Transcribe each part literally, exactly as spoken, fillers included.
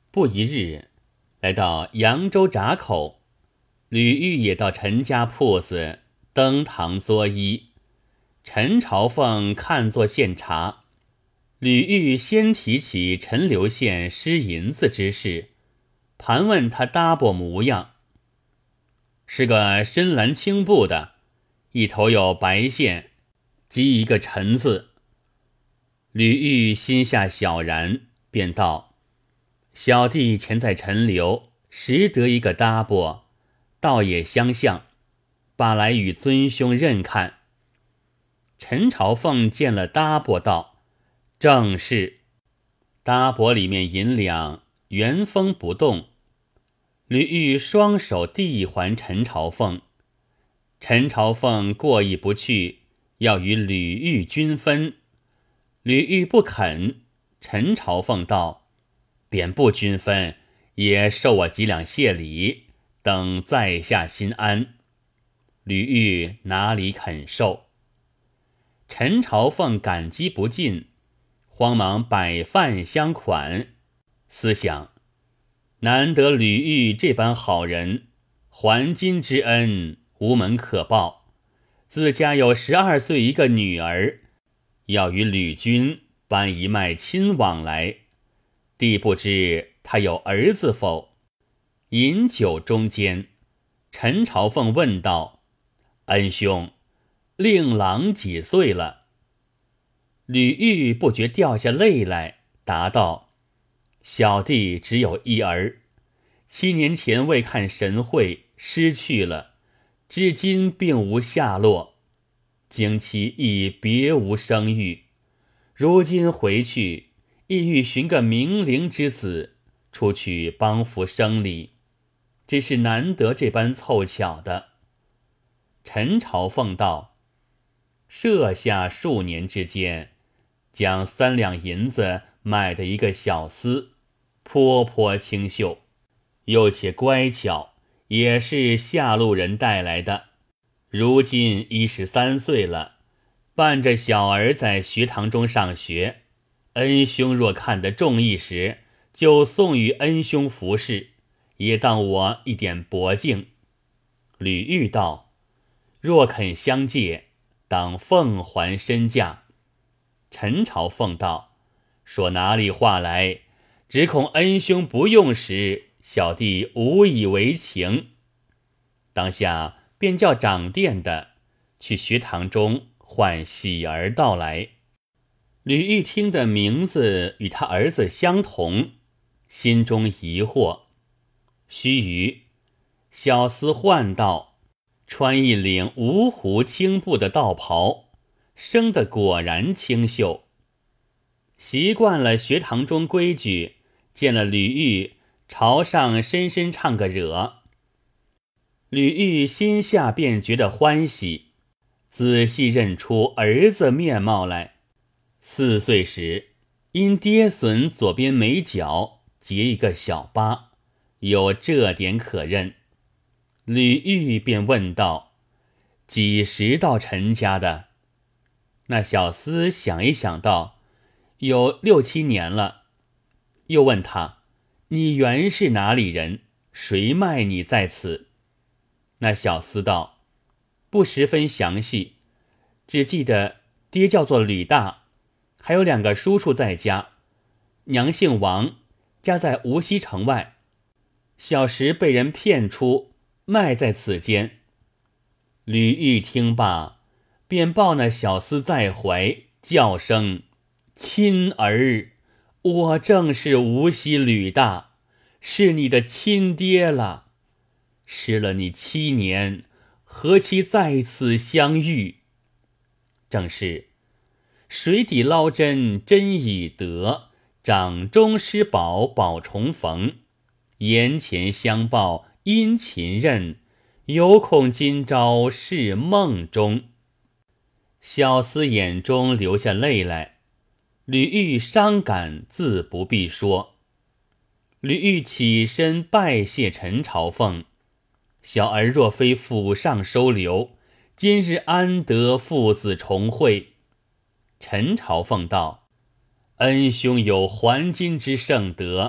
不一日，来到扬州闸口，吕玉也到陈家铺子登堂作揖。陈朝凤看作献茶，吕玉先提起陈留县失银子之事，盘问他搭伯模样，是个深蓝青布的，一头有白线，及一个陈字。吕玉心下小然，便道：小弟前在陈留，识得一个搭伯，倒也相像，把来与尊兄认看。陈朝凤见了搭伯道：正是。搭伯里面银两原封不动。吕玉双手递还陈朝凤，陈朝凤过意不去，要与吕玉均分。吕玉不肯，陈朝凤道：便不均分，也受我几两谢礼，等在下心安。吕玉哪里肯受？陈朝凤感激不尽，慌忙摆饭相款，思想难得吕玉这般好人，还金之恩无门可报。自家有十二岁一个女儿，要与吕君搬一脉亲往来，弟不知他有儿子否？饮酒中间，陈朝凤问道：恩兄，令郎几岁了？吕玉不觉掉下泪来，答道：小弟只有一儿，七年前为看神会失去了，至今并无下落，经期亦别无生育，如今回去意欲寻个明灵之子出去帮扶生理，只是难得这般凑巧的。陈朝凤道：设下数年之间，将三两银子买的一个小厮，颇颇清秀，又且乖巧，也是下路人带来的。如今一十三岁了，伴着小儿在学堂中上学，恩兄若看得中意时，就送与恩兄服侍，也当我一点薄敬。吕玉道：若肯相借，当奉还身价。陈朝凤道：说哪里话来，只恐恩兄不用时，小弟无以为情。当下便叫掌店的去学堂中唤喜儿到来。吕玉听的名字与他儿子相同，心中疑惑。须臾，小厮唤道，穿一领芜湖青布的道袍，生得果然清秀。习惯了学堂中规矩，见了吕玉，朝上深深唱个惹。吕玉心下便觉得欢喜，仔细认出儿子面貌来。四岁时，因爹损左边眉角结一个小疤，有这点可认。吕玉便问道：几时到陈家的？那小厮想一想道：有六七年了。又问他：你原是哪里人？谁卖你在此？那小厮道：不十分详细，只记得爹叫做吕大，还有两个叔叔在家，娘姓王，家在无锡城外，小时被人骗出，卖在此间。吕玉听罢，便抱那小厮在怀，叫声：亲儿，我正是无锡吕大，是你的亲爹了。失了你七年，何期在此相遇？正是水底捞针针已得，掌中失宝宝重逢，眼前相报殷勤认，有恐今朝是梦中。小厮眼中流下泪来，吕玉伤感自不必说。吕玉起身拜谢陈朝凤，小儿若非府上收留，今日安得父子重会？陈朝凤道：恩兄有还金之圣德，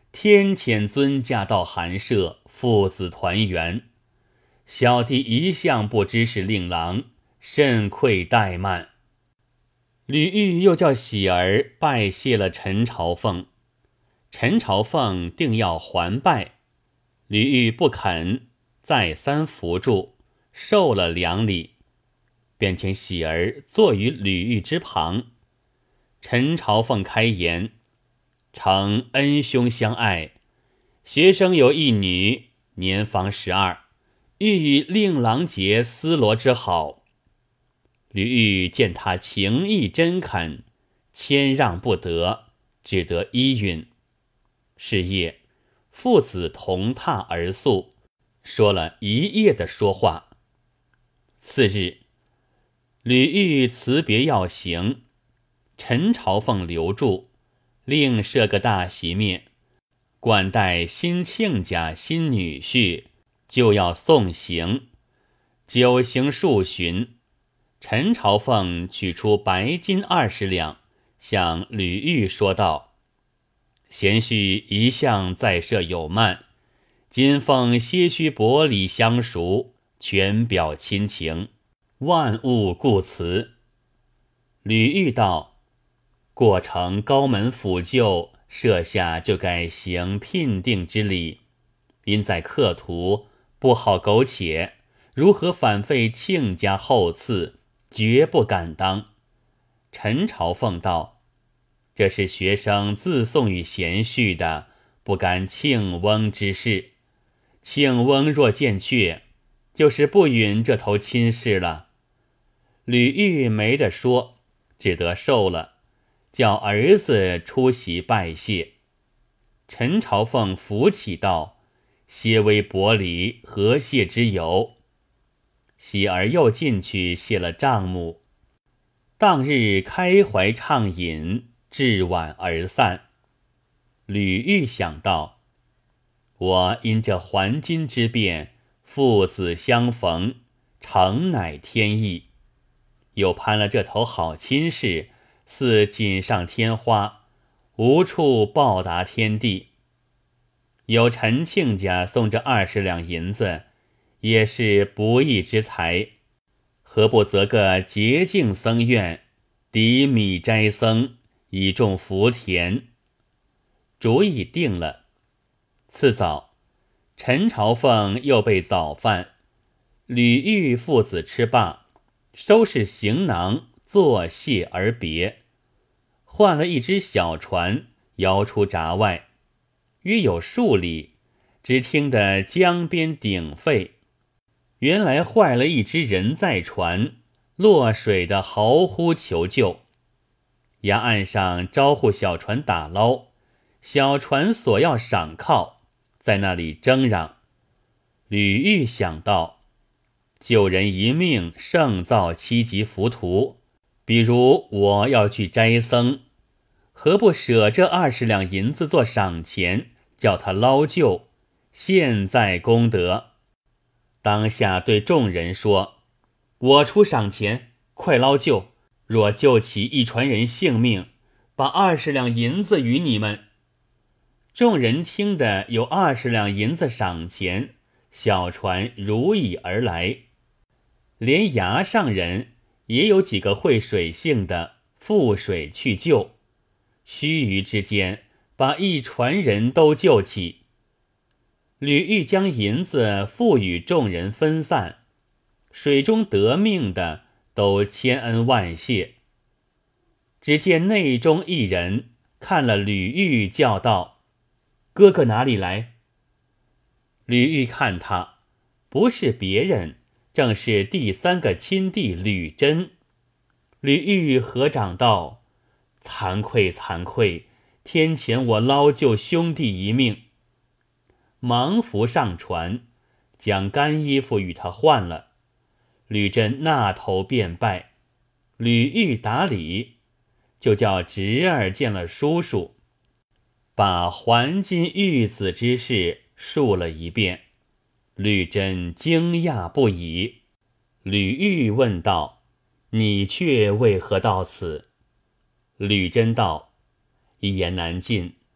天遣尊驾到寒舍，父子团圆。小弟一向不知是令郎，甚愧怠慢。吕玉又叫喜儿拜谢了陈朝凤，陈朝凤定要还拜，吕玉不肯，再三扶住，受了两礼，便请喜儿坐于吕玉之旁。陈朝凤开言，承恩兄相爱，学生有一女，年方十二，欲与令郎结丝罗之好。吕玉见他情意真恳，谦让不得，只得依允。是夜，父子同榻而宿，说了一夜的说话。次日，吕玉辞别要行，陈朝凤留住，另设个大席面，管待新亲家新女婿，就要送行。酒行数巡，陈朝凤取出白金二十两，向吕玉说道：贤婿一向在舍有慢，今奉些许薄礼相赎，全表亲情，万勿顾辞。吕玉道：过程高门抚旧，设下就该行聘定之礼，因在客途，不好苟且，如何反废亲家厚赐，绝不敢当。陈朝凤道：这是学生自送与贤婿的，不干庆翁之事。庆翁若见却，就是不允这头亲事了。吕玉没得说，只得受了，叫儿子出席拜谢。陈朝凤扶起道：些微薄礼，何谢之有？喜儿又进去谢了账目。当日开怀畅饮，至晚而散。吕玉想到，我因这还金之变，父子相逢，诚乃天意。又攀了这头好亲事，似锦上添花，无处报答天地。有陈亲家送这二十两银子，也是不义之财，何不择个洁净僧院，抵米斋僧，以种福田？主意定了。次早，陈朝凤又备早饭，吕玉父子吃罢，收拾行囊，作谢而别。换了一只小船，摇出闸外，约有数里，只听得江边鼎沸。原来坏了一只人在船，落水的嚎呼求救。崖岸上招呼小船打捞，小船索要赏靠，在那里争嚷。吕玉想到，救人一命胜造七级浮屠，比如我要去斋僧，何不舍这二十两银子做赏钱，叫他捞救，现在功德。当下对众人说：我出赏钱，快捞救，若救起一船人性命，把二十两银子与你们。众人听得有二十两银子赏钱，小船如蚁而来。连崖上人也有几个会水性的，覆水去救，须臾之间把一船人都救起。吕玉将银子付与众人分散，水中得命的都千恩万谢。只见内中一人看了吕玉，叫道：哥哥哪里来？吕玉看他，不是别人，正是第三个亲弟吕珍。吕玉合掌道：惭愧惭愧，天谴我捞救兄弟一命。忙扶上船，将干衣服与他换了。吕珍那头便拜，吕玉打礼，就叫侄儿见了叔叔，把还金玉子之事述了一遍。吕珍惊讶不已。吕玉问道：你却为何到此？吕珍道：一言难尽，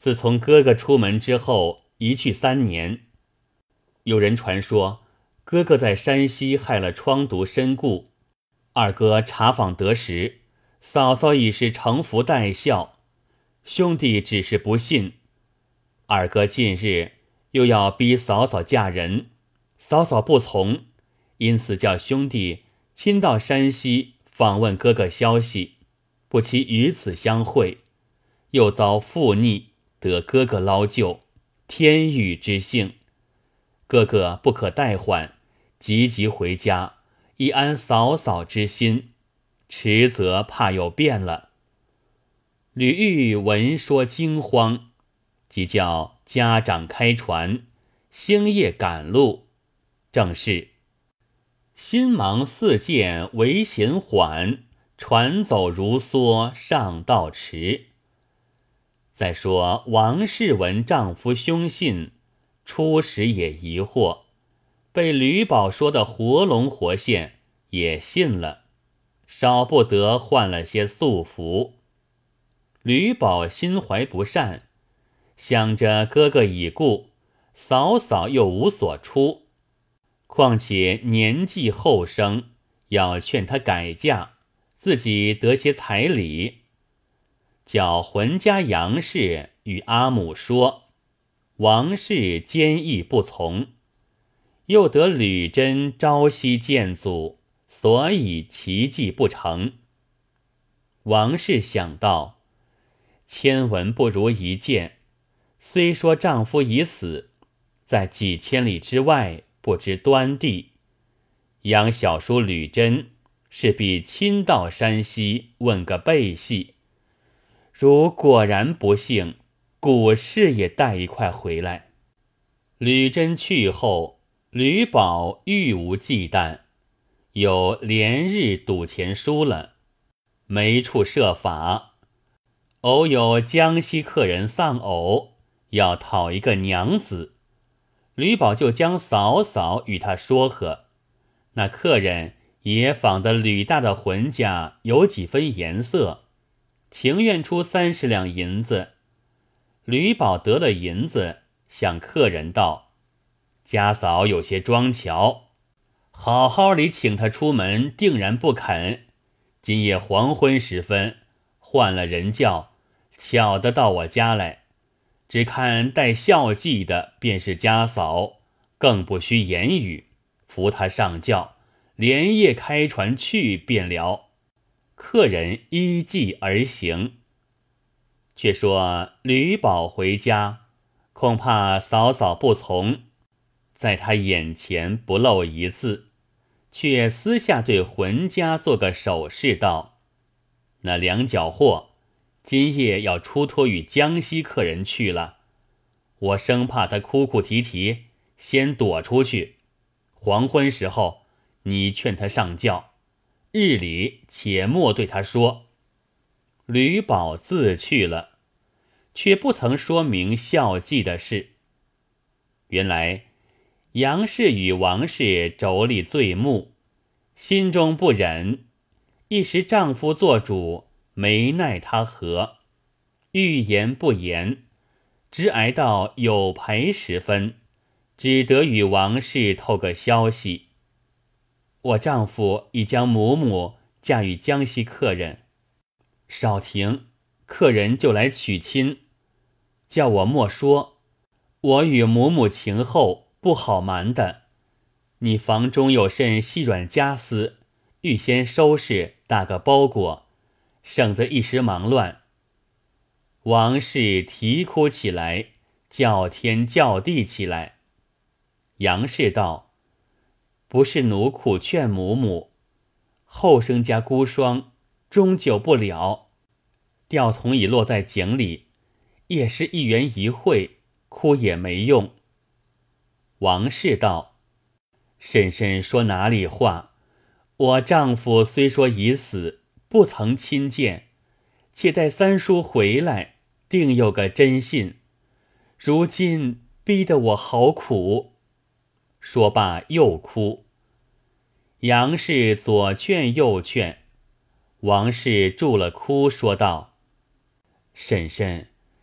自从哥哥出门之后，一去三年。有人传说哥哥在山西害了疮毒身故，二哥查访得实，嫂嫂已是承服待孝，兄弟只是不信。二哥近日又要逼嫂嫂嫁人，嫂嫂不从，因此叫兄弟亲到山西访问哥哥消息，不期与此相会，又遭父逆，得哥哥捞救，天雨之幸。哥哥不可怠缓，急急回家，以安嫂嫂之心，迟则怕有变了。吕玉闻说惊慌，即叫家长开船，星夜赶路。正是心忙似箭为弦缓，船走如梭上道迟。再说王氏闻丈夫凶信，初时也疑惑，被吕宝说的活龙活现，也信了，少不得换了些素服。吕宝心怀不善，想着哥哥已故，嫂嫂又无所出，况且年纪后生，要劝她改嫁，自己得些彩礼，叫浑家杨氏与阿母说，王氏坚毅不从，又得吕珍朝夕见阻，所以奇迹不成。王氏想到，千闻不如一见，虽说丈夫已死，在几千里之外不知端地，杨小叔吕珍势必亲到山西问个背细，如果然不幸，古氏也带一块回来。吕珍去后，吕宝愈无忌惮，有连日赌钱输了，没处设法。偶有江西客人丧偶，要讨一个娘子，吕宝就将嫂嫂与他说和。那客人也仿得吕大的浑家有几分颜色，情愿出三十两银子。吕宝得了银子，向客人道：家嫂有些装巧，好好里请他出门，定然不肯。今夜黄昏时分，换了人叫，巧得到我家来，只看带孝祭的便是家嫂，更不需言语，扶他上轿，连夜开船去便了。客人依计而行。却说吕宝回家，恐怕嫂嫂不从，在他眼前不露一字，却私下对浑家做个手势道：那两脚货今夜要出托与江西客人去了，我生怕他哭哭啼啼，先躲出去。黄昏时候，你劝他上轿，日里且莫对他说。吕宝自去了，却不曾说明孝祭的事。原来杨氏与王氏妯娌醉目，心中不忍，一时丈夫做主，没奈他何，欲言不言，直挨到有牌时分，只得与王氏透个消息：我丈夫已将母母嫁与江西客人，少停，客人就来娶亲，叫我莫说，我与母母情厚，不好瞒的。你房中有甚细软家私，预先收拾打个包裹，省得一时忙乱。王氏啼哭起来，叫天叫地起来。杨氏道：不是奴苦劝母母，后生家孤孀，终久不了，吊桶已落在井里，也是一言一会，哭也没用。王氏道：婶婶说哪里话，我丈夫虽说已死，不曾亲见，且待三叔回来，定有个真信，如今逼得我好苦。说罢又哭。杨氏左劝右劝，王氏住了哭，说道：婶婶，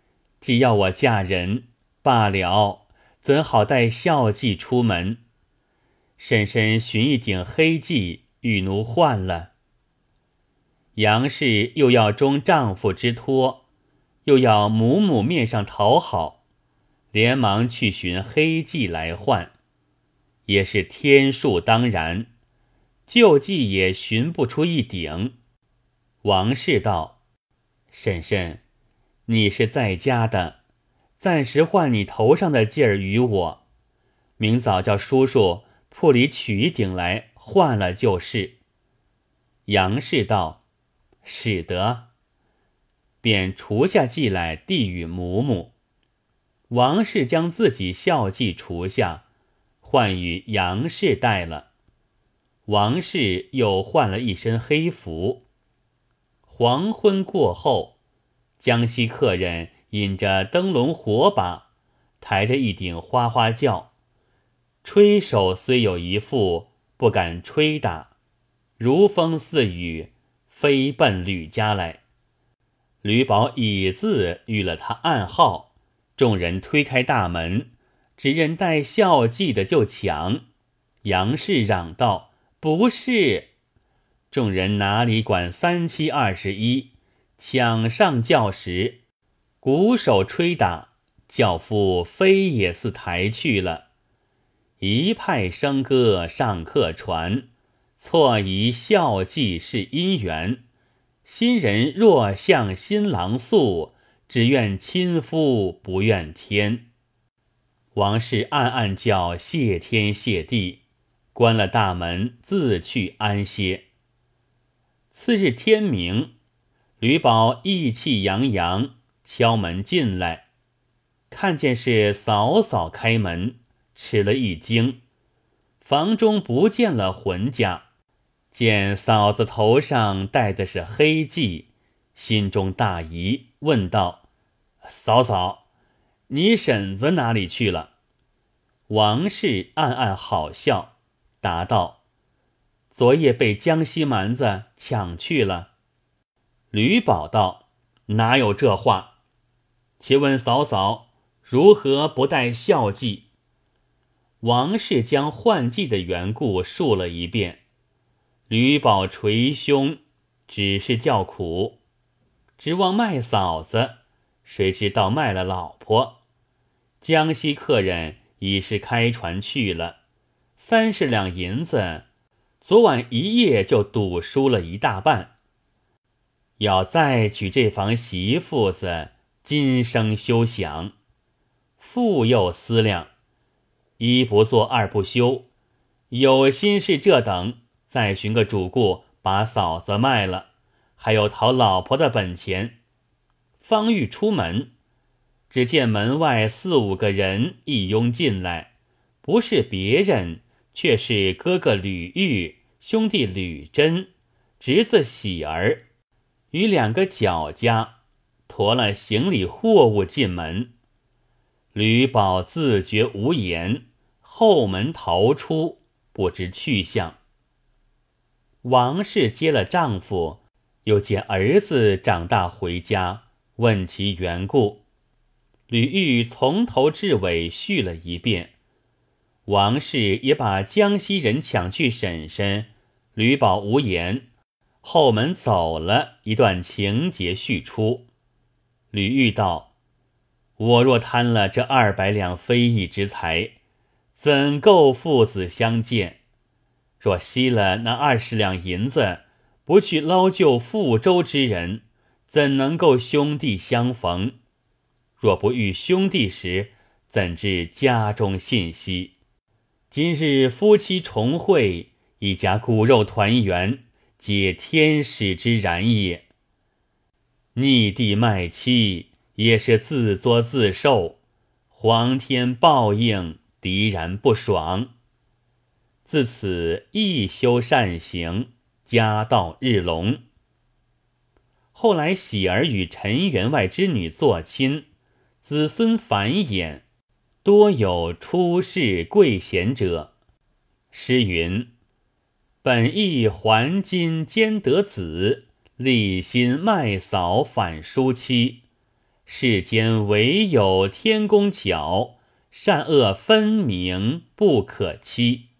既要我嫁人，罢了，怎好带孝妓出门？婶婶寻一顶黑髻，与奴换了。杨氏又要中丈夫之托，又要母母面上讨好，连忙去寻黑髻来换，也是天数当然，旧髻也寻不出一顶。王氏道：婶婶，你是在家的，暂时换你头上的髻儿与我，明早叫叔叔铺里取一顶来换了就是。杨氏道：使得。便除下髻来递与母母。王氏将自己孝髻除下，换与杨氏戴了。王氏又换了一身黑服。黄昏过后，江西客人引着灯笼火把，抬着一顶花花轿，吹手虽有一副，不敢吹打，如风似雨，飞奔吕家来。吕宝以字与了他暗号，众人推开大门，只认带孝髻的就抢。杨氏嚷道：不是！众人哪里管三七二十一，抢上轿时，鼓手吹打，轿夫飞也似抬去了。一派笙歌上客船，错疑孝髻是姻缘。新人若向新郎诉，只愿亲夫不愿天。王氏暗暗叫谢天谢地，关了大门，自去安歇。次日天明，吕宝意气洋洋敲门进来，看见是嫂嫂开门，吃了一惊。房中不见了浑家，见嫂子头上戴的是黑髻，心中大疑，问道：嫂嫂，你婶子哪里去了？王氏暗暗好笑，答道：昨夜被江西蛮子抢去了。吕宝道：哪有这话？且问嫂嫂如何不带孝髻？王氏将换髻的缘故述了一遍。吕宝捶胸，只是叫苦，指望卖嫂子，谁知道卖了老婆。江西客人已是开船去了，三十两银子，昨晚一夜就赌输了一大半。要再娶这房媳妇子，今生休想。复又思量，一不做二不休，有心事这等，再寻个主顾把嫂子卖了，还有讨老婆的本钱。方欲出门，只见门外四五个人一拥进来，不是别人，却是哥哥吕玉、兄弟吕珍、侄子喜儿与两个脚家，驮了行李货物进门。吕宝自觉无言，后门逃出，不知去向。王氏接了丈夫，又见儿子长大回家，问其缘故。吕玉从头至尾叙了一遍。王氏也把江西人抢去婶婶，吕宝无言，后门走了一段情节叙出。吕玉道：我若贪了这二百两非义之财，怎够父子相见？若惜了那二十两银子，不去捞救覆舟之人，怎能够兄弟相逢？若不遇兄弟时，怎知家中信息？今日夫妻重会，一家骨肉团圆，皆天使之然也。逆地卖妻，也是自作自受，皇天报应，敌然不爽。自此一修善行，家道日隆。后来喜儿与陈员外之女做亲，子孙繁衍，多有出世贵贤者。诗云：本意还金兼得子，立心卖嫂反淑妻。 世间唯有天公角，善恶分明不可欺。